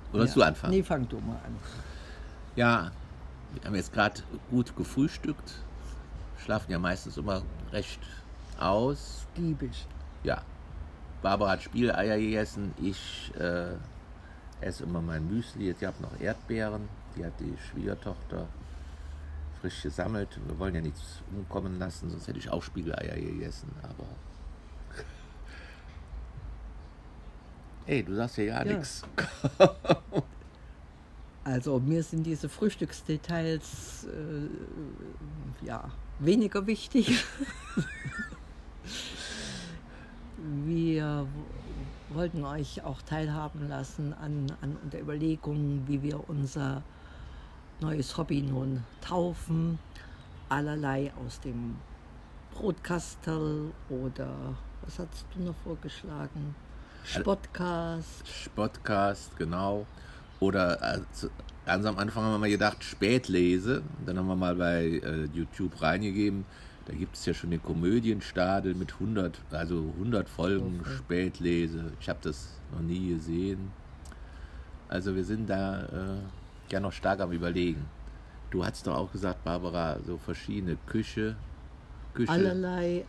Oder willst du anfangen? Nee, fang du mal an. Ja, wir haben jetzt gerade gut gefrühstückt. Schlafen ja meistens immer recht aus. Giebig. Ja, Barbara hat Spiegeleier gegessen. Ich esse immer mein Müsli. Ich habe noch Erdbeeren. Die hat die Schwiegertochter frisch gesammelt. Wir wollen ja nichts umkommen lassen, sonst hätte ich auch Spiegeleier gegessen. Aber hey, du sagst ja gar nichts. Also mir sind diese Frühstücksdetails weniger wichtig. Wir wollten euch auch teilhaben lassen an der Überlegung, wie wir unser neues Hobby nun taufen. Allerlei aus dem Brotkastel oder was hast du noch vorgeschlagen? Spotcast, genau. Oder ganz am Anfang haben wir mal gedacht, Spätlese. Dann haben wir mal bei YouTube reingegeben. Da gibt es ja schon den Komödienstadel mit 100 Folgen Spätlese. Ich habe das noch nie gesehen. Also wir sind da ja noch stark am Überlegen. Du hast doch auch gesagt, Barbara, so verschiedene Küche. Allerlei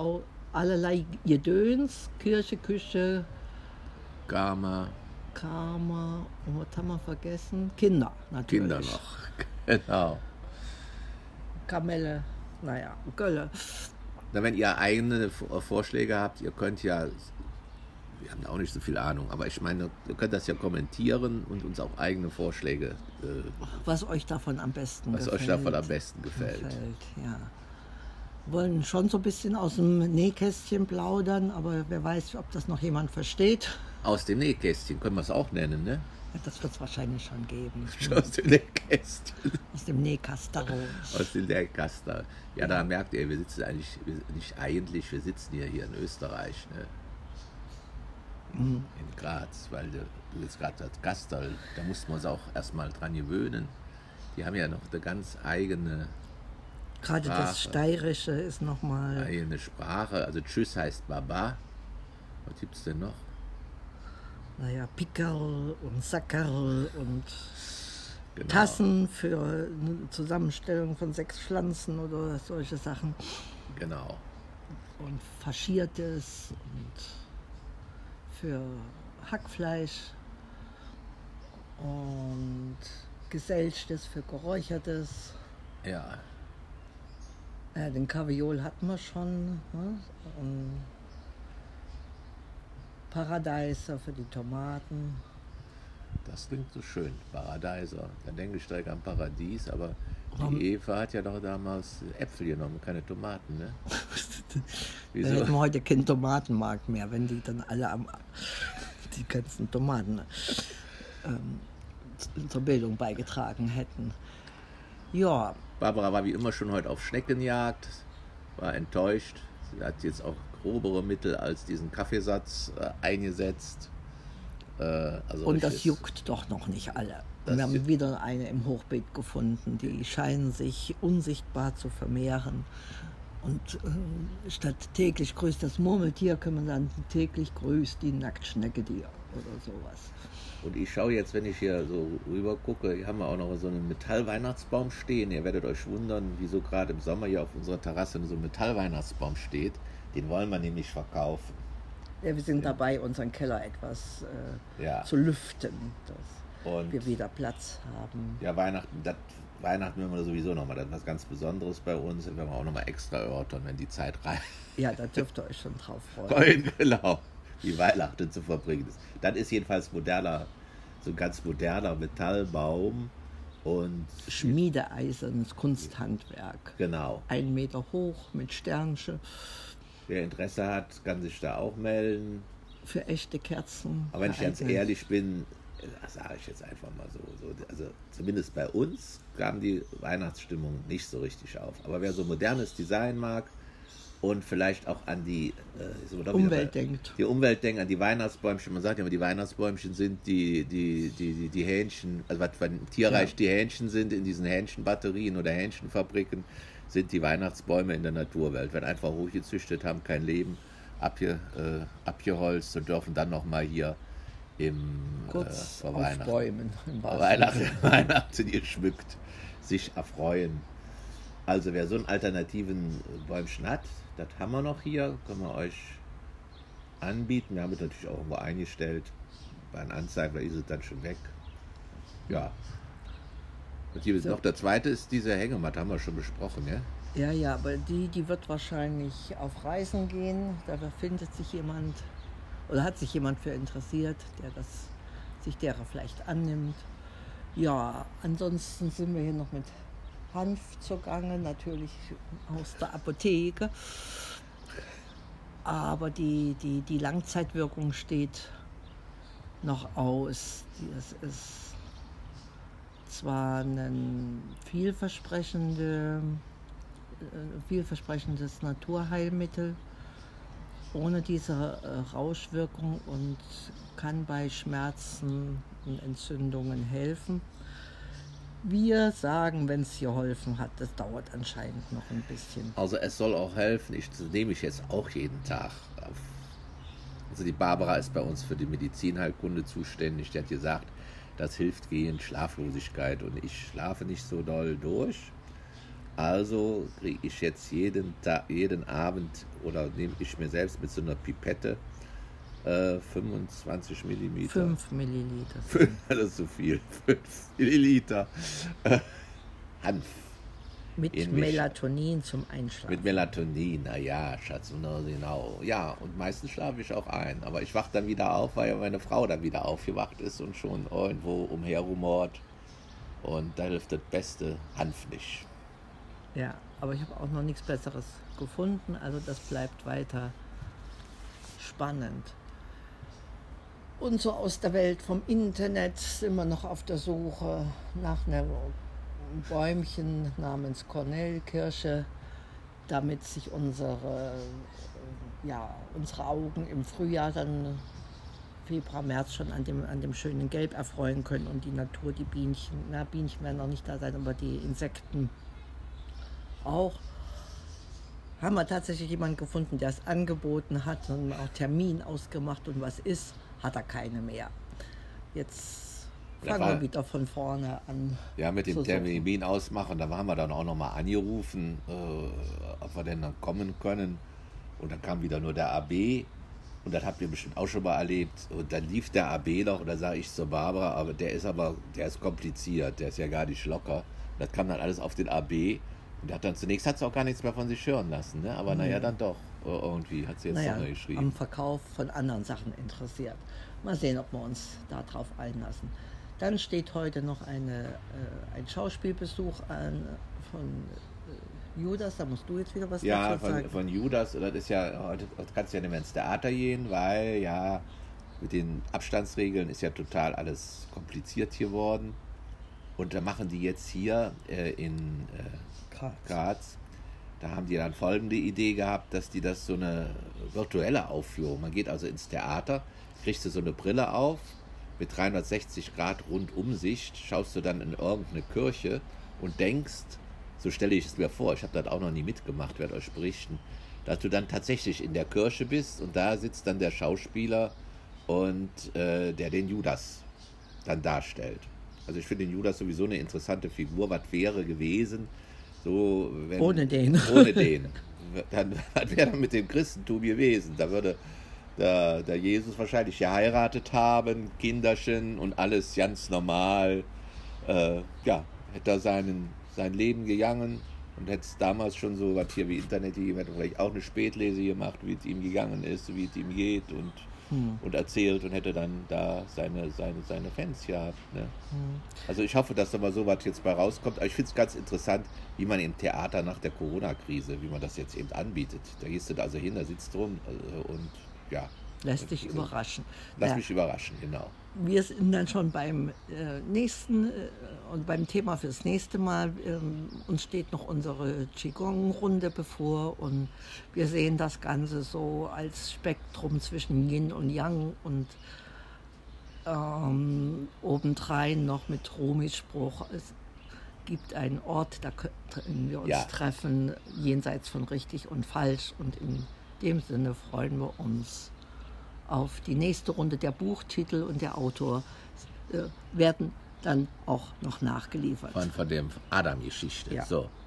Gedöns, Kirche, Küche, Karma. Und was haben wir vergessen? Kinder, natürlich. Kinder noch, genau. Kamelle, Gölle. Na, wenn ihr eigene Vorschläge habt, ihr könnt ja, wir haben da auch nicht so viel Ahnung, aber ich meine, ihr könnt das ja kommentieren und uns auch eigene Vorschläge. Was euch davon am besten gefällt. Ja. Wollen schon so ein bisschen aus dem Nähkästchen plaudern, aber wer weiß, ob das noch jemand versteht. Aus dem Nähkästchen können wir es auch nennen, ne? Ja, das wird es wahrscheinlich schon geben. Aus dem Nähkästchen. Aus dem Nähkastel. Aus dem Nähkastel. Ja, da merkt ihr, wir sitzen wir sitzen hier in Österreich, ne? In Graz, weil du jetzt gerade das Kastel, da mussten wir uns auch erstmal dran gewöhnen. Die haben ja noch eine ganz eigene Gerade Sprache. Das Steirische ist nochmal... Eine Sprache, also Tschüss heißt Baba. Was gibt es denn noch? Pickerl und Sackerl und Genau. Tassen für eine Zusammenstellung von 6 Pflanzen oder solche Sachen. Genau. Und Faschiertes und für Hackfleisch und Geselchtes für Geräuchertes. Ja. Den Kaviol hatten wir schon. Ne? Und Paradeiser für die Tomaten. Das klingt so schön, Paradeiser. Dann denke ich direkt an Paradies, aber die Eva hat ja doch damals Äpfel genommen, keine Tomaten, ne? Wir hätten heute keinen Tomatenmarkt mehr, wenn die dann alle die ganzen Tomaten zur Bildung beigetragen hätten. Ja. Barbara war wie immer schon heute auf Schneckenjagd, war enttäuscht. Sie hat jetzt auch grobere Mittel als diesen Kaffeesatz eingesetzt. Und das juckt doch noch nicht alle. Wir haben wieder eine im Hochbeet gefunden, die scheinen sich unsichtbar zu vermehren. Und statt täglich grüßt das Murmeltier, können wir dann täglich grüßt die Nacktschnecke dir oder sowas. Und ich schaue jetzt, wenn ich hier so rüber gucke, hier haben wir auch noch so einen Metallweihnachtsbaum stehen. Ihr werdet euch wundern, wieso gerade im Sommer hier auf unserer Terrasse so ein Metallweihnachtsbaum steht. Den wollen wir nämlich verkaufen. Ja, wir sind dabei, unseren Keller etwas zu lüften, dass wir wieder Platz haben. Ja, Weihnachten werden wir sowieso nochmal, das ist was ganz Besonderes bei uns. Das werden wir auch nochmal extra erörtern, wenn die Zeit reicht. Ja, da dürft ihr euch schon drauf freuen. Genau, wie Weihnachten zu verbringen ist. Das ist jedenfalls so ein ganz moderner Metallbaum. Und schmiedeeisernes Kunsthandwerk. Genau. 1 Meter hoch mit Sternchen. Wer Interesse hat, kann sich da auch melden. Für echte Kerzen. Aber wenn ich ganz ehrlich bin, das sage ich jetzt einfach mal so. Also zumindest bei uns kam die Weihnachtsstimmung nicht so richtig auf. Aber wer so modernes Design mag und vielleicht auch an die Umwelt denkt. Die Umwelt denkt, an die Weihnachtsbäumchen. Man sagt ja immer, die Weihnachtsbäumchen sind die Hähnchen, also was tierreich die Hähnchen sind in diesen Hähnchenbatterien oder Hähnchenfabriken, sind die Weihnachtsbäume in der Naturwelt. Werden einfach hochgezüchtet, haben kein Leben, abgeholzt und dürfen dann nochmal hier Kurz vor auf Weihnachten. Bäumen. Vor Weihnachten geschmückt, sich erfreuen. Also wer so einen alternativen Bäumchen hat, das haben wir noch hier, können wir euch anbieten. Wir haben es natürlich auch irgendwo eingestellt. Bei einer Anzeige, da ist es dann schon weg. Ja. Und hier ist noch der zweite, ist diese Hängematte, haben wir schon besprochen, ja? Ja, aber die wird wahrscheinlich auf Reisen gehen. Da befindet sich jemand oder hat sich jemand für interessiert, der sich derer vielleicht annimmt. Ja, ansonsten sind wir hier noch mit Hanf zugange, natürlich aus der Apotheke. Aber die Langzeitwirkung steht noch aus. Es ist zwar ein vielversprechendes Naturheilmittel ohne diese Rauschwirkung und kann bei Schmerzen und Entzündungen helfen. Wir sagen, wenn es geholfen hat, das dauert anscheinend noch ein bisschen. Also es soll auch helfen, nehme ich jetzt auch jeden Tag. Also die Barbara ist bei uns für die Medizinheilkunde zuständig. Die hat gesagt, das hilft gegen Schlaflosigkeit und ich schlafe nicht so doll durch. Also kriege ich jetzt jeden Abend oder nehme ich mir selbst mit so einer Pipette 25 Milliliter. 5 Milliliter. Das ist so viel. 5 Milliliter Hanf. Mit Melatonin zum Einschlafen. Mit Melatonin, naja, Schatz, genau. Ja, und meistens schlafe ich auch ein. Aber ich wache dann wieder auf, weil meine Frau dann wieder aufgewacht ist und schon irgendwo umherrumort. Und da hilft das beste Hanf nicht. Ja, aber ich habe auch noch nichts Besseres gefunden. Also das bleibt weiter spannend. Und so aus der Welt vom Internet sind wir noch auf der Suche nach einem Bäumchen namens Kornelkirsche, damit sich unsere Augen im Frühjahr dann Februar, März schon an dem schönen Gelb erfreuen können und die Natur, die Bienchen werden noch nicht da sein, aber die Insekten auch. Haben wir tatsächlich jemanden gefunden, der es angeboten hat und auch Termin ausgemacht und was ist, hat er keine mehr. Jetzt fangen wir wieder von vorne an. Ja, mit dem Termin ausmachen, da haben wir dann auch nochmal angerufen, ob wir denn dann kommen können. Und dann kam wieder nur der AB und das habt ihr bestimmt auch schon mal erlebt. Und dann lief der AB noch und da sage ich zur Barbara, aber der ist kompliziert, der ist ja gar nicht locker. Und das kam dann alles auf den AB. Und zunächst hat sie auch gar nichts mehr von sich hören lassen, ne? Aber naja, dann doch. Irgendwie hat sie jetzt noch geschrieben. Am Verkauf von anderen Sachen interessiert. Mal sehen, ob wir uns darauf einlassen. Dann steht heute noch ein Schauspielbesuch an von Judas, da musst du jetzt wieder was dazu sagen. Ja, von Judas, das ist ja, heute kannst du ja nicht mehr ins Theater gehen, weil ja mit den Abstandsregeln ist ja total alles kompliziert geworden. Und da machen die jetzt hier in Graz, da haben die dann folgende Idee gehabt, dass die das so eine virtuelle Aufführung, man geht also ins Theater, kriegst du so eine Brille auf, mit 360 Grad Rundumsicht, schaust du dann in irgendeine Kirche und denkst, so stelle ich es mir vor, ich habe das auch noch nie mitgemacht, werde euch berichten, dass du dann tatsächlich in der Kirche bist und da sitzt dann der Schauspieler und der den Judas dann darstellt. Also ich finde den Judas sowieso eine interessante Figur, was wäre gewesen, so wenn, ohne den. Dann wäre dann mit dem Christentum gewesen. Da würde der Jesus wahrscheinlich geheiratet haben, Kinderchen und alles ganz normal. Hätte er sein Leben gegangen und hätte es damals schon so was hier wie Internet gegeben, hätte vielleicht auch eine Spätlese gemacht, wie es ihm gegangen ist, wie es ihm geht und erzählt und hätte dann da seine Fans gehabt. Ne? Also ich hoffe, dass da mal sowas jetzt bei rauskommt. Aber ich finde es ganz interessant, wie man im Theater nach der Corona-Krise, wie man das jetzt eben anbietet. Da gehst du da also hin, da sitzt drum und ja. Lässt dich überraschen. Lass mich überraschen, genau. Wir sind dann schon beim nächsten und beim Thema fürs nächste Mal. Uns steht noch unsere Qigong-Runde bevor und wir sehen das Ganze so als Spektrum zwischen Yin und Yang und obendrein noch mit Rumis Spruch. Es gibt einen Ort, da können wir uns treffen, jenseits von richtig und falsch und in dem Sinne freuen wir uns auf die nächste Runde. Der Buchtitel und der Autor werden dann auch noch nachgeliefert. Von der Adam-Geschichte. Ja. So.